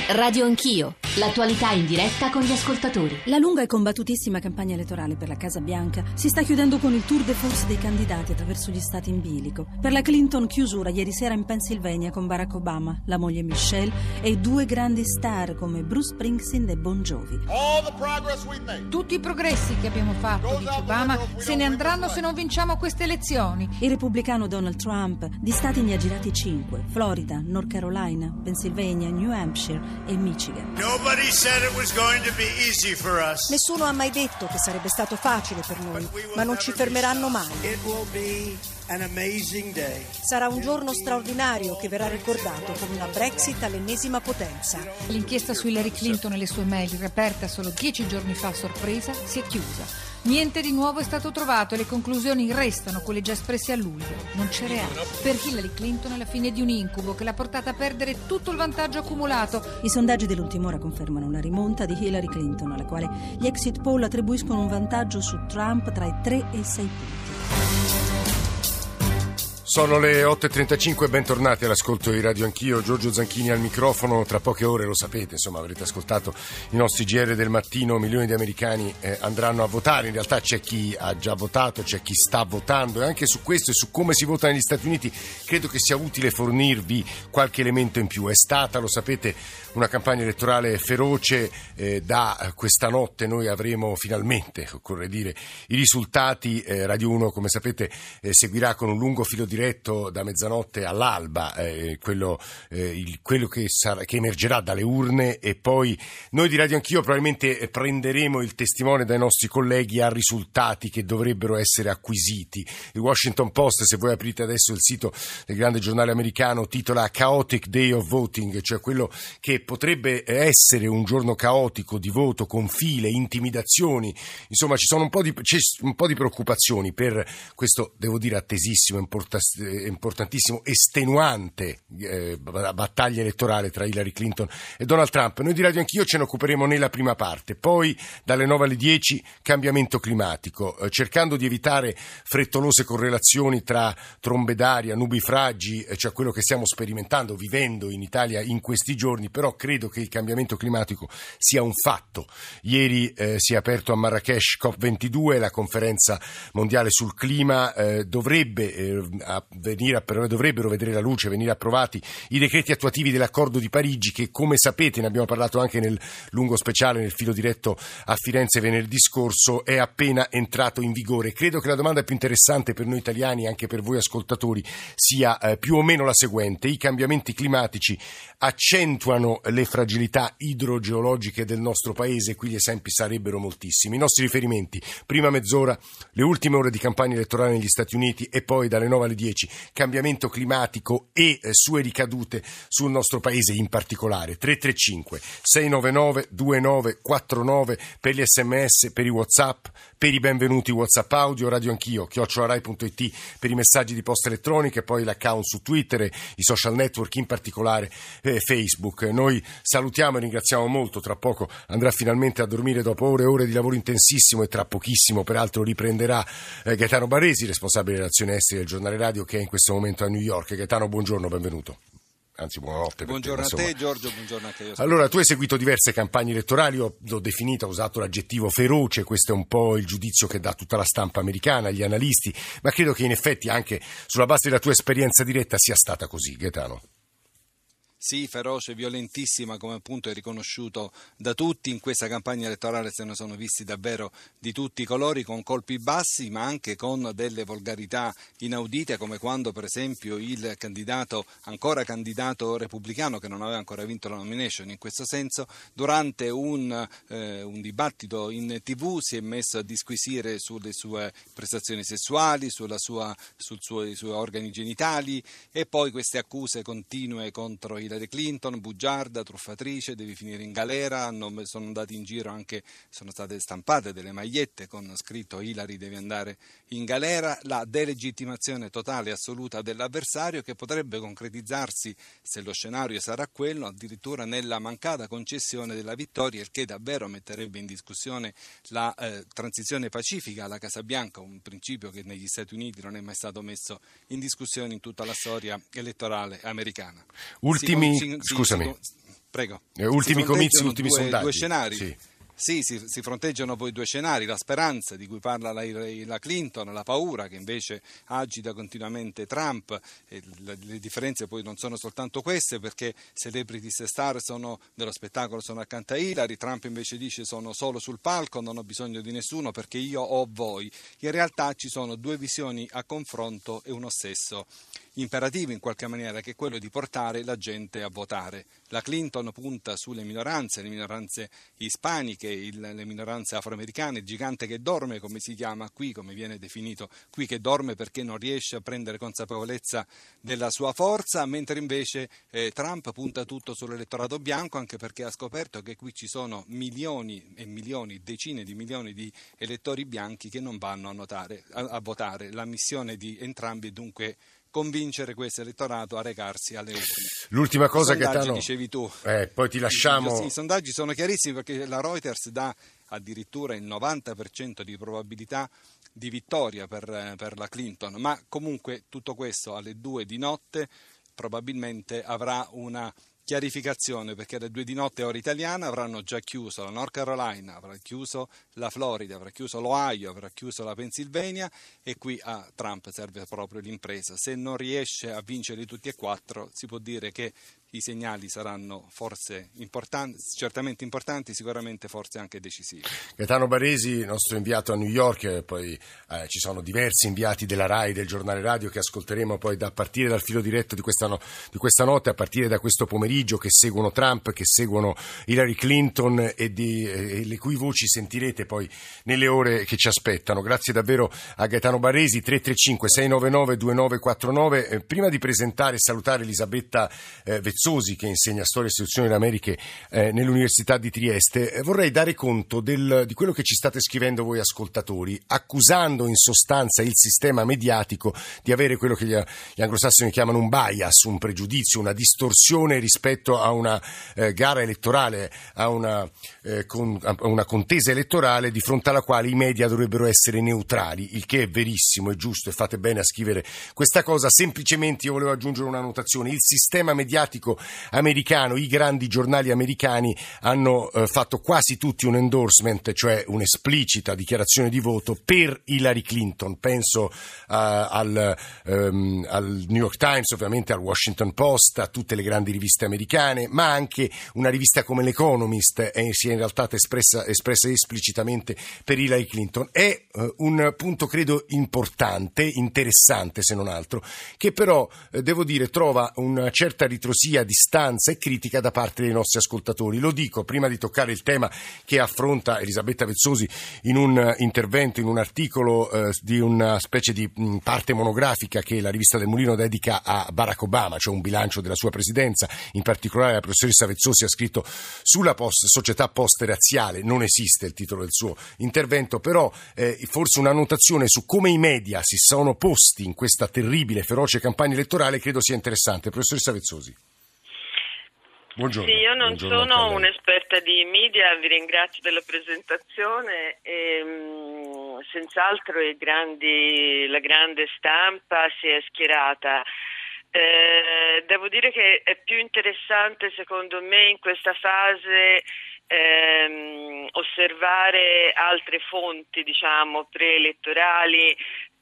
Radio Anch'io, l'attualità in diretta con gli ascoltatori. La lunga e combattutissima campagna elettorale per la Casa Bianca si sta chiudendo con il tour de force dei candidati attraverso gli stati in bilico. Per la Clinton, chiusura ieri sera in Pennsylvania con Barack Obama, la moglie Michelle e due grandi star come Bruce Springsteen e Bon Jovi. Tutti i progressi che abbiamo fatto, dice Obama, se ne andranno se non vinciamo queste elezioni. Il repubblicano Donald Trump di stati ne ha girati 5: Florida, North Carolina, Pennsylvania, New Hampshire e Michigan. Nessuno ha mai detto che sarebbe stato facile per noi, ma non ci fermeranno mai. Sarà un giorno straordinario che verrà ricordato come una Brexit all'ennesima potenza. L'inchiesta su Hillary Clinton e le sue mail, riaperta solo 10 giorni fa a sorpresa, si è chiusa. Niente di nuovo è stato trovato e le conclusioni restano quelle già espresse a luglio. Non c'è reato. Per Hillary Clinton è la fine di un incubo che l'ha portata a perdere tutto il vantaggio accumulato. I sondaggi dell'ultima ora confermano una rimonta di Hillary Clinton, alla quale gli exit poll attribuiscono un vantaggio su Trump tra i 3 e i 6 punti. Sono le 8.35, bentornati all'ascolto di Radio Anch'io, Giorgio Zanchini al microfono. Tra poche ore, lo sapete, insomma, avrete ascoltato i nostri GR del mattino, milioni di americani andranno a votare. In realtà c'è chi ha già votato, c'è chi sta votando, e anche su questo e su come si vota negli Stati Uniti credo che sia utile fornirvi qualche elemento in più. È stata, lo sapete, una campagna elettorale feroce. Da questa notte noi avremo finalmente, occorre dire, i risultati. Radio 1, come sapete, seguirà con un lungo filo diretto da mezzanotte all'alba quello che emergerà dalle urne, e poi noi di Radio Anch'io probabilmente prenderemo il testimone dai nostri colleghi a risultati che dovrebbero essere acquisiti. Il Washington Post, se voi aprite adesso il sito del grande giornale americano, titola Chaotic Day of Voting, cioè quello che potrebbe essere un giorno caotico di voto, con file, intimidazioni. Insomma, ci sono c'è un po' di preoccupazioni per questo, devo dire, attesissimo, importantissimo, estenuante battaglia elettorale tra Hillary Clinton e Donald Trump. Noi di Radio Anch'io ce ne occuperemo nella prima parte, poi dalle 9 alle 10 cambiamento climatico, cercando di evitare frettolose correlazioni tra trombe d'aria, nubifragi, cioè quello che stiamo sperimentando, vivendo in Italia in questi giorni. Però credo che il cambiamento climatico sia un fatto. Ieri si è aperto a Marrakech COP22, la conferenza mondiale sul clima. Dovrebbero vedere la luce, venire approvati i decreti attuativi dell'accordo di Parigi, che, come sapete, ne abbiamo parlato anche nel lungo speciale, nel filo diretto a Firenze venerdì scorso, è appena entrato in vigore. Credo che la domanda più interessante per noi italiani e anche per voi ascoltatori sia più o meno la seguente: i cambiamenti climatici accentuano le fragilità idrogeologiche del nostro paese? Qui gli esempi sarebbero moltissimi. I nostri riferimenti: prima mezz'ora, le ultime ore di campagna elettorale negli Stati Uniti, e poi dalle 9 alle 10 cambiamento climatico e sue ricadute sul nostro paese in particolare. 335 699 2949 per gli sms, per i WhatsApp, per i benvenuti WhatsApp audio, Radio Anch'io @rai.it per i messaggi di posta elettronica, e poi l'account su Twitter e i social network, in particolare Facebook. Noi salutiamo e ringraziamo molto. Tra poco andrà finalmente a dormire dopo ore e ore di lavoro intensissimo, e tra pochissimo peraltro riprenderà Gaetano Barresi, responsabile delle relazioni estere del giornale radio, che è in questo momento a New York. Gaetano, buongiorno, benvenuto. Anzi, buonanotte. Buongiorno a te, Giorgio, buongiorno anche io. Allora, tu hai seguito diverse campagne elettorali, io l'ho definita, ho usato l'aggettivo feroce, questo è un po' il giudizio che dà tutta la stampa americana, gli analisti, ma credo che in effetti anche sulla base della tua esperienza diretta sia stata così, Gaetano. Sì, feroce, violentissima, come appunto è riconosciuto da tutti. In questa campagna elettorale se ne sono visti davvero di tutti i colori, con colpi bassi ma anche con delle volgarità inaudite, come quando per esempio il ancora candidato repubblicano, che non aveva ancora vinto la nomination in questo senso, durante un dibattito in TV si è messo a disquisire sulle sue prestazioni sessuali, sui suoi organi genitali, e poi queste accuse continue contro Hillary Clinton: bugiarda, truffatrice, devi finire in galera. Sono andati in giro anche, sono state stampate delle magliette con scritto Hillary devi andare in galera. La delegittimazione totale e assoluta dell'avversario, che potrebbe concretizzarsi, se lo scenario sarà quello, addirittura nella mancata concessione della vittoria, il che davvero metterebbe in discussione la transizione pacifica alla Casa Bianca, un principio che negli Stati Uniti non è mai stato messo in discussione in tutta la storia elettorale americana. Scusami. Prego. Ultimi comizi, ultimi sondaggi. Due scenari. Sì. Sì, si fronteggiano poi due scenari, la speranza di cui parla la Clinton, la paura che invece agita continuamente Trump. Le differenze poi non sono soltanto queste, perché celebrities e star dello spettacolo sono accanto a Hillary, Trump invece dice sono solo sul palco, non ho bisogno di nessuno perché io ho voi. In realtà ci sono due visioni a confronto e uno stesso imperativo in qualche maniera, che è quello di portare la gente a votare. La Clinton punta sulle minoranze, le minoranze ispaniche, le minoranze afroamericane, il gigante che dorme, come si chiama qui, come viene definito qui, che dorme perché non riesce a prendere consapevolezza della sua forza, mentre invece Trump punta tutto sull'elettorato bianco, anche perché ha scoperto che qui ci sono milioni e milioni, decine di milioni di elettori bianchi che non vanno a votare. La missione di entrambi è dunque convincere questo elettorato a recarsi alle urne. L'ultima cosa, Gaetano, dicevi tu. Poi ti lasciamo. I sondaggi sono chiarissimi, perché la Reuters dà addirittura il 90% di probabilità di vittoria per la Clinton, ma comunque tutto questo alle 2 di notte probabilmente avrà una chiarificazione, perché alle 2 di notte ora italiana avranno già chiuso la North Carolina, avrà chiuso la Florida, avrà chiuso l'Ohio, avrà chiuso la Pennsylvania, e qui a Trump serve proprio l'impresa. Se non riesce a vincere tutti e 4, si può dire che i segnali saranno forse importanti, certamente importanti, sicuramente forse anche decisivi. Gaetano Barresi, nostro inviato a New York, poi ci sono diversi inviati della RAI, del giornale radio, che ascolteremo poi a partire dal filo diretto di questa notte, a partire da questo pomeriggio, che seguono Trump, che seguono Hillary Clinton e le cui voci sentirete poi nelle ore che ci aspettano. Grazie davvero a Gaetano Barresi. 335-699-2949. Prima di presentare e salutare Elisabetta Vezzosi, che insegna Storia e Istituzioni delle Americhe nell'Università di Trieste, vorrei dare conto di quello che ci state scrivendo voi ascoltatori, accusando in sostanza il sistema mediatico di avere quello che gli anglosassoni chiamano un bias, un pregiudizio, una distorsione rispetto a una gara elettorale, a una contesa elettorale di fronte alla quale i media dovrebbero essere neutrali, il che è verissimo, è giusto, e fate bene a scrivere questa cosa. Semplicemente io volevo aggiungere una notazione: il sistema mediatico americano, i grandi giornali americani hanno fatto quasi tutti un endorsement, cioè un'esplicita dichiarazione di voto per Hillary Clinton. Penso al New York Times, ovviamente al Washington Post, a tutte le grandi riviste americane, ma anche una rivista come l'Economist si è in realtà espressa esplicitamente per Hillary Clinton. È un punto credo importante, interessante se non altro, che però devo dire trova una certa ritrosia, distanza e critica da parte dei nostri ascoltatori. Lo dico prima di toccare il tema che affronta Elisabetta Vezzosi in un intervento, in un articolo di una specie di parte monografica che la rivista del Mulino dedica a Barack Obama, cioè un bilancio della sua presidenza. In particolare la professoressa Vezzosi ha scritto sulla società post-razziale. Non esiste il titolo del suo intervento, però forse una notazione su come i media si sono posti in questa terribile, feroce campagna elettorale credo sia interessante. Professoressa Vezzosi. Buongiorno. Sì, io non Buongiorno sono un'esperta di media, vi ringrazio della presentazione. Senz'altro la grande stampa si è schierata. Devo dire che è più interessante secondo me in questa fase osservare altre fonti, diciamo, preelettorali,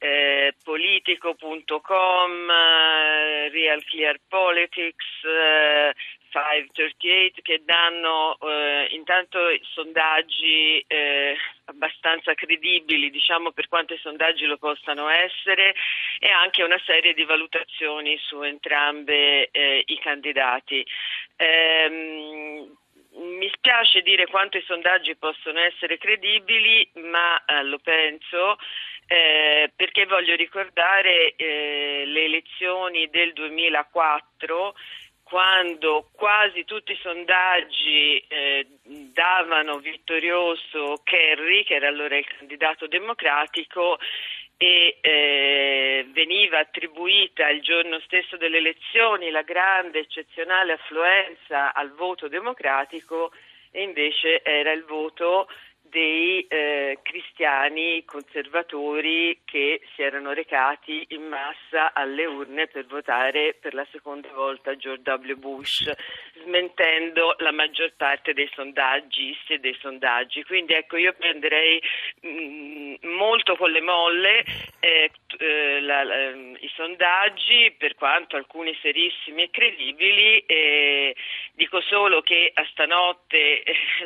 politico.com, Real Clear Politics, 538, che danno intanto sondaggi abbastanza credibili, diciamo, per quanto i sondaggi lo possano essere, e anche una serie di valutazioni su entrambe i candidati. Mi spiace dire quanto i sondaggi possono essere credibili, ma lo penso, perché voglio ricordare le elezioni del 2004, quando quasi tutti i sondaggi davano vittorioso Kerry, che era allora il candidato democratico, e veniva attribuita il giorno stesso delle elezioni la grande eccezionale affluenza al voto democratico, e invece era il voto dei cristiani conservatori che si erano recati in massa alle urne per votare per la seconda volta George W. Bush, smentendo la maggior parte dei sondaggisti e dei sondaggi. Quindi ecco, io prenderei molto con le molle i sondaggi, per quanto alcuni serissimi e credibili. Dico solo che a stanotte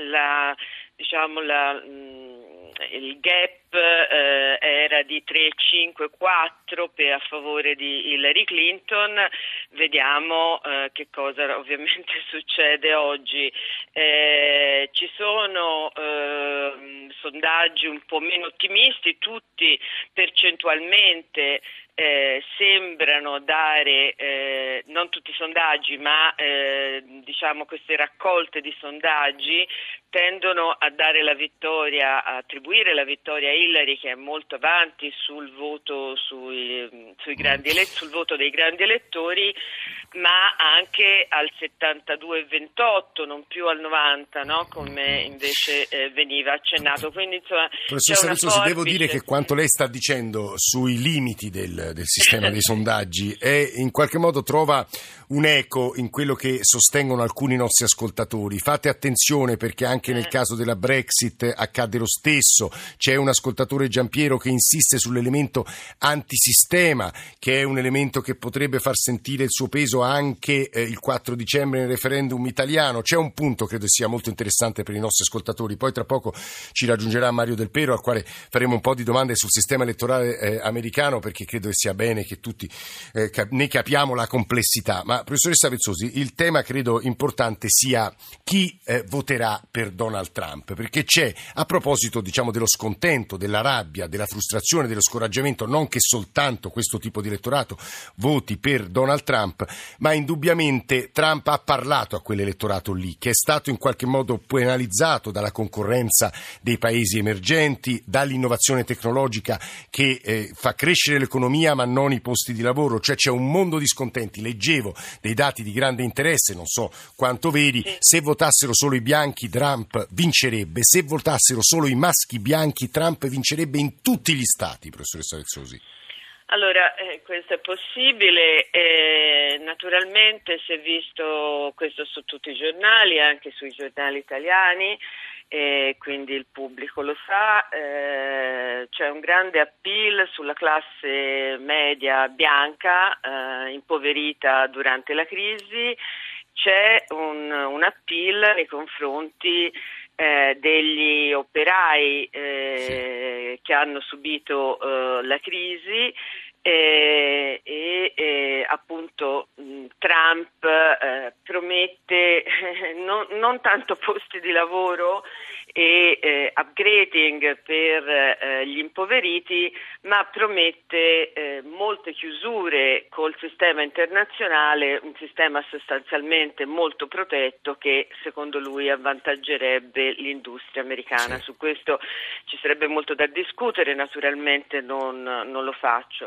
il gap era di 3-5-4 a favore di Hillary Clinton. Vediamo che cosa ovviamente succede oggi. Ci sono sondaggi un po' meno ottimisti, tutti percentualmente sembrano dare, non tutti i sondaggi, ma queste raccolte di sondaggi tendono a dare la vittoria, a attribuire la vittoria a Hillary, che è molto avanti sul voto sul voto dei grandi elettori, ma anche al 72-28, non più al 90, no? Come invece veniva accennato. Quindi insomma, professoressa Vezzosi, devo dire che quanto lei sta dicendo sui limiti del sistema dei sondaggi in qualche modo trova un eco in quello che sostengono alcuni nostri ascoltatori. Fate attenzione, perché anche nel caso della Brexit accade lo stesso. C'è un ascoltatore, Giampiero, che insiste sull'elemento antisistema, che è un elemento che potrebbe far sentire il suo peso anche il 4 dicembre nel referendum italiano. C'è un punto credo sia molto interessante per i nostri ascoltatori, poi tra poco ci raggiungerà Mario Del Pero, al quale faremo un po' di domande sul sistema elettorale americano, perché credo che sia bene che tutti ne capiamo la complessità. Ma professoressa Vezzosi, il tema credo importante sia chi voterà per Donald Trump, perché c'è, a proposito dello scontento, della rabbia, della frustrazione, dello scoraggiamento, non che soltanto questo tipo di elettorato voti per Donald Trump, ma indubbiamente Trump ha parlato a quell'elettorato lì, che è stato in qualche modo penalizzato dalla concorrenza dei paesi emergenti, dall'innovazione tecnologica che fa crescere l'economia ma non i posti di lavoro. Cioè c'è un mondo di scontenti. Leggevo dei dati di grande interesse, non so quanto veri. Se votassero solo i bianchi Trump vincerebbe, se votassero solo i maschi bianchi Trump vincerebbe in tutti gli stati, professoressa Vezzosi. Allora, questo è possibile, naturalmente si è visto questo su tutti i giornali, anche sui giornali italiani, quindi il pubblico lo sa. C'è un grande appeal sulla classe media bianca impoverita durante la crisi, c'è un appeal nei confronti degli operai che hanno subito la crisi e appunto Trump promette non tanto posti di lavoro e upgrading per gli impoveriti, ma promette molte chiusure col sistema internazionale, un sistema sostanzialmente molto protetto che secondo lui avvantaggerebbe l'industria americana. Su questo ci sarebbe molto da discutere, naturalmente non lo faccio.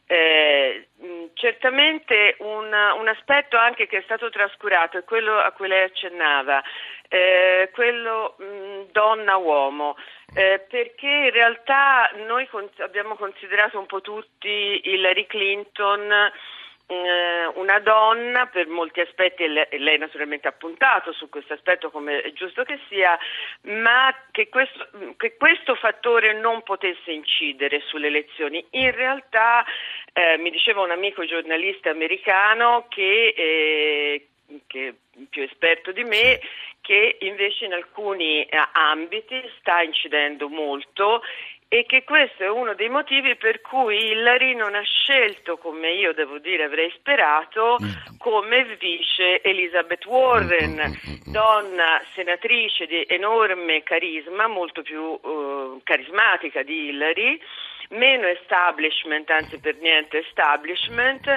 Certamente un aspetto anche che è stato trascurato è quello a cui lei accennava, quello donna-uomo, perché in realtà noi abbiamo considerato un po' tutti Hillary Clinton una donna per molti aspetti, e lei naturalmente ha puntato su questo aspetto come è giusto che sia, ma che questo fattore non potesse incidere sulle elezioni. In realtà mi diceva un amico giornalista americano che è più esperto di me, che invece in alcuni ambiti sta incidendo molto, e che questo è uno dei motivi per cui Hillary non ha scelto, come io devo dire avrei sperato, come vice Elizabeth Warren, donna senatrice di enorme carisma, molto più carismatica di Hillary, meno establishment, anzi per niente establishment,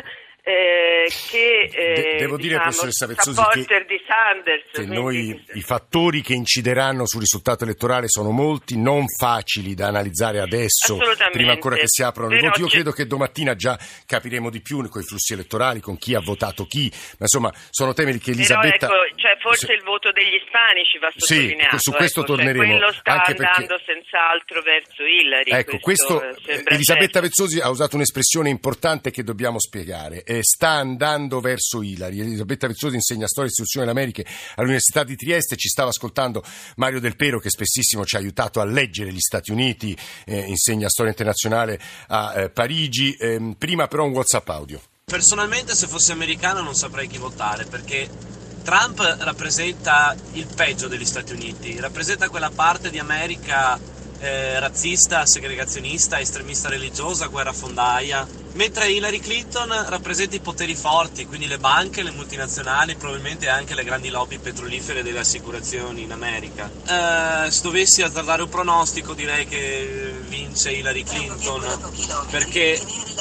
devo dire, professoressa Vezzosi, supporter di Sanders, che i fattori che incideranno sul risultato elettorale sono molti, non facili da analizzare adesso, prima ancora che si aprono i voti. Io credo che domattina già capiremo di più con i flussi elettorali, con chi ha votato chi, ma insomma sono temi che Elisabetta... Però ecco, forse il voto degli ispanici va sottolineato. Su questo torneremo. Quello sta anche andando senz'altro verso Hillary. Ecco, questo Elisabetta Vezzosi ha usato un'espressione importante che dobbiamo spiegare. sta andando verso Hillary. Elisabetta Vezzosi insegna storia e istituzione delle Americhe all'Università di Trieste. Ci stava ascoltando Mario Del Pero, che spessissimo ci ha aiutato a leggere gli Stati Uniti, insegna storia internazionale a Parigi. Prima però un WhatsApp audio. Personalmente, se fossi americano, non saprei chi votare, perché Trump rappresenta il peggio degli Stati Uniti, rappresenta quella parte di America razzista, segregazionista, estremista religiosa, guerrafondaia, mentre Hillary Clinton rappresenta i poteri forti, quindi le banche, le multinazionali, probabilmente anche le grandi lobby petrolifere delle assicurazioni in America. Se dovessi azzardare un pronostico, direi che vince Hillary Clinton, perché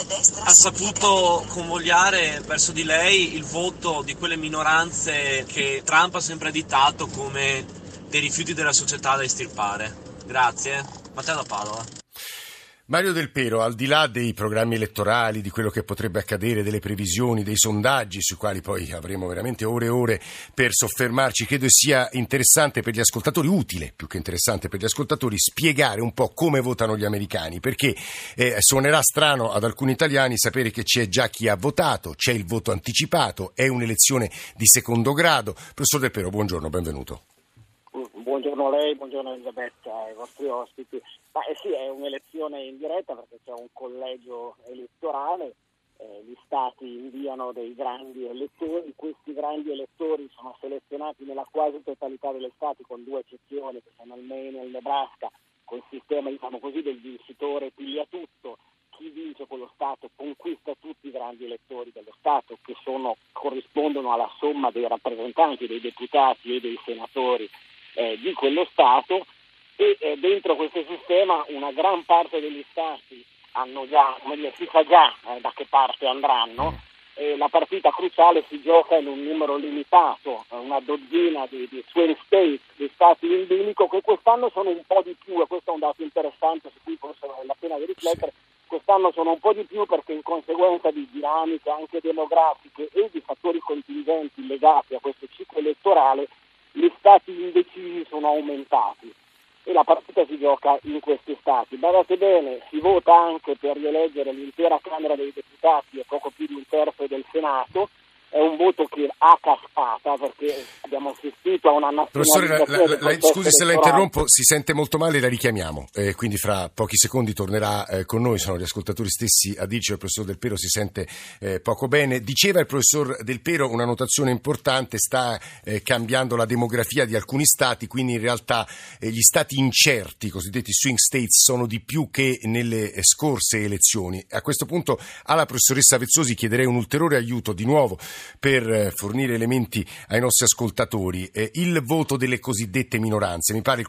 ha saputo convogliare verso di lei il voto di quelle minoranze che Trump ha sempre additato come dei rifiuti della società da estirpare. Grazie. Matteo da Padova. Mario Del Pero, al di là dei programmi elettorali, di quello che potrebbe accadere, delle previsioni, dei sondaggi, sui quali poi avremo veramente ore e ore per soffermarci, credo sia interessante per gli ascoltatori, utile più che interessante per gli ascoltatori, spiegare un po' come votano gli americani, perché suonerà strano ad alcuni italiani sapere che c'è già chi ha votato, c'è il voto anticipato, è un'elezione di secondo grado. Professor Del Pero, buongiorno, benvenuto. Buongiorno a lei, buongiorno Elisabetta e ai vostri ospiti. Sì, è un'elezione in diretta perché c'è un collegio elettorale, gli stati inviano dei grandi elettori, questi grandi elettori sono selezionati nella quasi totalità degli stati, con due eccezioni che sono il Maine e il Nebraska, col sistema diciamo così del vincitore piglia tutto. Chi vince quello Stato conquista tutti i grandi elettori dello Stato, che corrispondono alla somma dei rappresentanti, dei deputati e dei senatori di quello Stato, e dentro questo sistema una gran parte degli Stati hanno già, si sa già da che parte andranno. La partita cruciale si gioca in un numero limitato, una dozzina di swing states, di stati in bilico, che quest'anno sono un po' di più, e questo è un dato interessante su cui forse vale la pena di riflettere. Quest'anno sono un po' di più perché in conseguenza di dinamiche anche demografiche e di fattori contingenti legati a questo ciclo elettorale, gli stati indecisi sono aumentati e la partita si gioca in questi stati. Badate bene, si vota anche per rieleggere l'intera Camera dei Deputati e poco più di un terzo del Senato. È un voto che a cascata, perché abbiamo assistito a una nazionalizzazione. Professore, scusi se la interrompo, si sente molto male, la richiamiamo, quindi fra pochi secondi tornerà con noi. Sono gli ascoltatori stessi a dirci che il professor Del Pero si sente poco bene. Diceva il professor Del Pero una notazione importante: sta cambiando la demografia di alcuni stati, quindi in realtà gli stati incerti, cosiddetti swing states, sono di più che nelle scorse elezioni. A questo punto alla professoressa Vezzosi chiederei un ulteriore aiuto di nuovo per fornire elementi ai nostri ascoltatori. Il voto delle cosiddette minoranze, mi pare il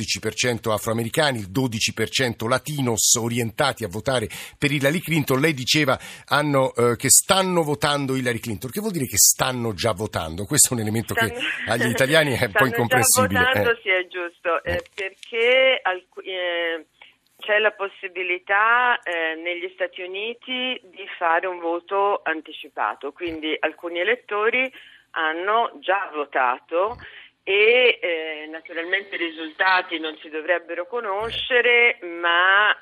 14% afroamericani, il 12% latinos orientati a votare per Hillary Clinton. Lei diceva che stanno votando Hillary Clinton. Che vuol dire che stanno già votando? Questo è un elemento che agli italiani è un po' incomprensibile. Stanno già votando, sì, è giusto, perché c'è la possibilità negli Stati Uniti di fare un voto anticipato, quindi alcuni elettori hanno già votato e naturalmente i risultati non si dovrebbero conoscere, ma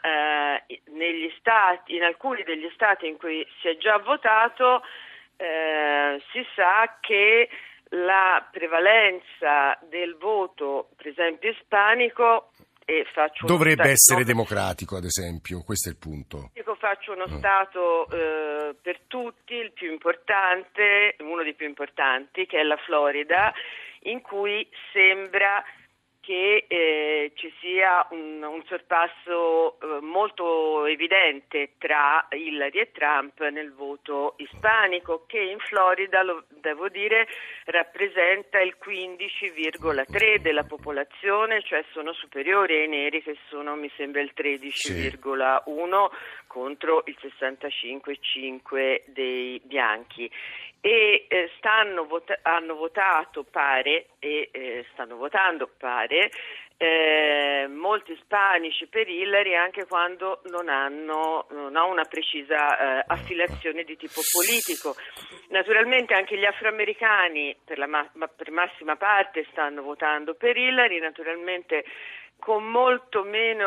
in alcuni degli stati in cui si è già votato si sa che la prevalenza del voto, per esempio ispanico, dovrebbe essere democratico, ad esempio, questo è il punto. Faccio uno stato per tutti, il più importante, uno dei più importanti, che è la Florida, in cui sembra che ci sia un sorpasso molto evidente tra Hillary e Trump nel voto ispanico, che in Florida, lo devo dire, rappresenta il 15,3 della popolazione, cioè sono superiori ai neri, che sono, mi sembra, il 13,1 contro il 65,5 dei bianchi. E hanno votato, pare, stanno votando, pare, molti ispanici per Hillary, anche quando non ha una precisa affiliazione di tipo politico. Naturalmente anche gli afroamericani per massima parte stanno votando per Hillary. Naturalmente con molta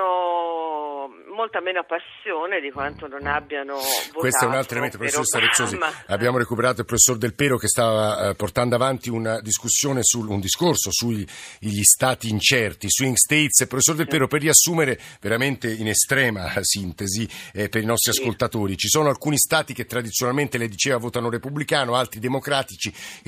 meno passione di quanto non abbiano votato. Questo è un altro elemento, professoressa Vezzosi. Abbiamo recuperato il professor Del Pero che stava portando avanti un discorso sugli stati incerti, swing states. Professor Del Pero, per riassumere veramente in estrema sintesi per i nostri ascoltatori, ci sono alcuni stati che tradizionalmente, lei diceva, votano repubblicano, altri democratico,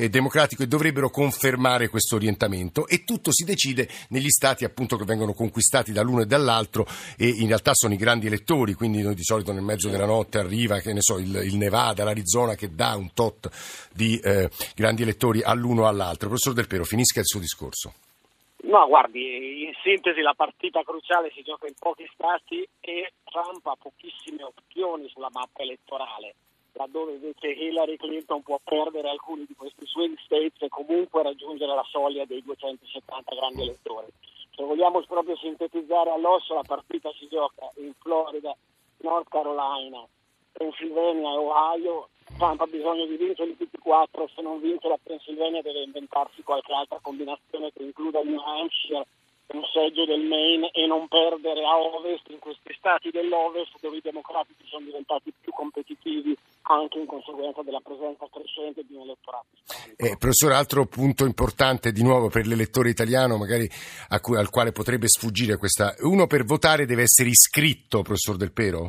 e dovrebbero confermare questo orientamento, e tutto si decide negli stati appunto che vengono conquistati dall'uno e dall'altro, e in realtà sono i grandi elettori, quindi noi di solito nel mezzo della notte arriva, che ne so, il Nevada, l'Arizona, che dà un tot di grandi elettori all'uno o all'altro. Professor Del Pero, finisca il suo discorso. No, guardi, in sintesi la partita cruciale si gioca in pochi stati e Trump ha pochissime opzioni sulla mappa elettorale, laddove invece Hillary Clinton può perdere alcuni di questi swing states e comunque raggiungere la soglia dei 270 grandi elettori. Se vogliamo proprio sintetizzare all'osso, la partita si gioca in Florida, North Carolina, Pennsylvania e Ohio. Trump ha bisogno di vincere tutti e quattro, se non vince la Pennsylvania deve inventarsi qualche altra combinazione che includa il New Hampshire, un seggio del Maine, e non perdere a ovest, in questi stati dell'ovest dove i democratici sono diventati più competitivi anche in conseguenza della presenza crescente di un elettorato ispanico. Professore, altro punto importante di nuovo per l'elettore italiano, magari al quale potrebbe sfuggire questa: uno per votare deve essere iscritto, professor Del Pero?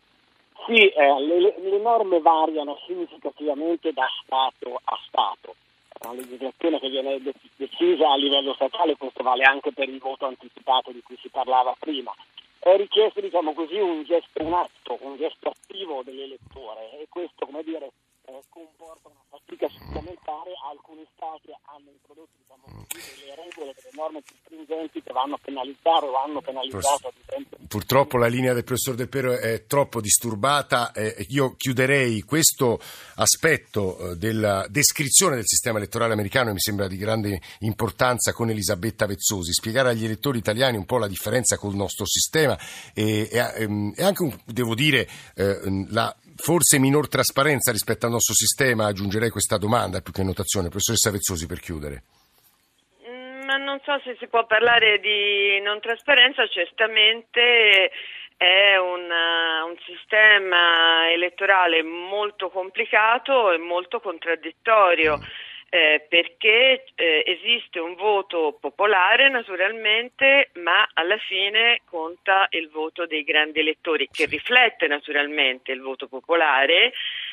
Sì, le norme variano significativamente da Stato a Stato. È una legislazione che viene decisa a livello statale, questo vale anche per il voto anticipato di cui si parlava prima. È richiesto, diciamo così, un gesto attivo dell'elettore, e questo, come dire, comporta una fatica supplementare. Alcuni stati hanno introdotto, diciamo così, delle regole, delle norme più stringenti che vanno a penalizzare o hanno penalizzato, ad esempio. Purtroppo la linea del professor Del Pero è troppo disturbata. Io chiuderei questo aspetto della descrizione del sistema elettorale americano, mi sembra di grande importanza, con Elisabetta Vezzosi, spiegare agli elettori italiani un po' la differenza col nostro sistema e anche, devo dire, la forse minor trasparenza rispetto al nostro sistema. Aggiungerei questa domanda più che notazione. Professoressa Vezzosi, per chiudere. Ma non so se si può parlare di non trasparenza. Certamente è un sistema elettorale molto complicato e molto contraddittorio, perché esiste un voto popolare naturalmente, ma alla fine conta il voto dei grandi elettori, che riflette naturalmente il voto popolare,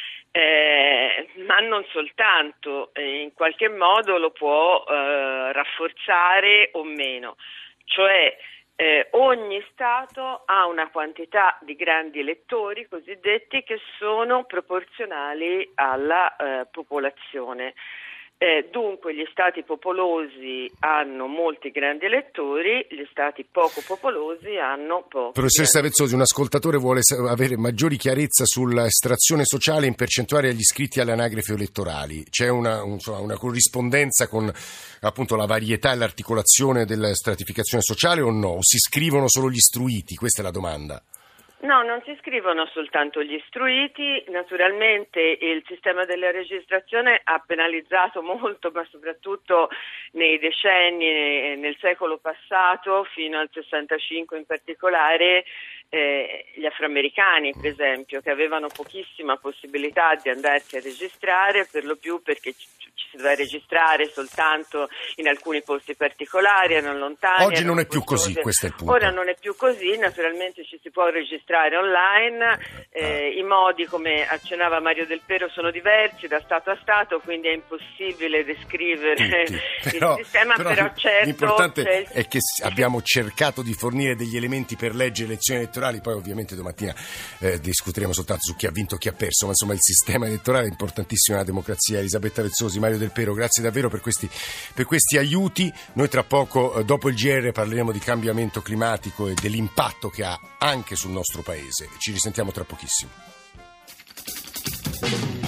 ma non soltanto, in qualche modo lo può rafforzare o meno. Cioè ogni Stato ha una quantità di grandi elettori cosiddetti che sono proporzionali alla popolazione. Dunque gli stati popolosi hanno molti grandi elettori, gli stati poco popolosi hanno pochi. Professoressa Vezzosi, un ascoltatore vuole avere maggiori chiarezza sull'estrazione sociale in percentuale agli iscritti alle anagrafi elettorali. C'è una corrispondenza con appunto la varietà e l'articolazione della stratificazione sociale o no? O si iscrivono solo gli istruiti? Questa è la domanda. No, non si iscrivono soltanto gli istruiti. Naturalmente il sistema della registrazione ha penalizzato molto, ma soprattutto nei decenni, nel secolo passato, fino al 65 in particolare, gli afroamericani, per esempio, che avevano pochissima possibilità di andarsi a registrare, per lo più perché ci si doveva registrare soltanto in alcuni posti particolari, erano lontani. Oggi non è più così, questo è il punto. Ora non è più così, naturalmente ci si può registrare online, i modi, come accennava Mario Del Pero, sono diversi da Stato a Stato, quindi è impossibile descrivere il sistema, però certo l'importante è che abbiamo cercato di fornire degli elementi per leggere le elezioni elettorali. Poi ovviamente domattina discuteremo soltanto su chi ha vinto e chi ha perso, ma insomma il sistema elettorale è importantissimo nella democrazia. Elisabetta Vezzosi, Mario Del Pero, grazie davvero per questi aiuti. Noi tra poco, dopo il GR, parleremo di cambiamento climatico e dell'impatto che ha anche sul nostro paese. Ci risentiamo tra pochissimo.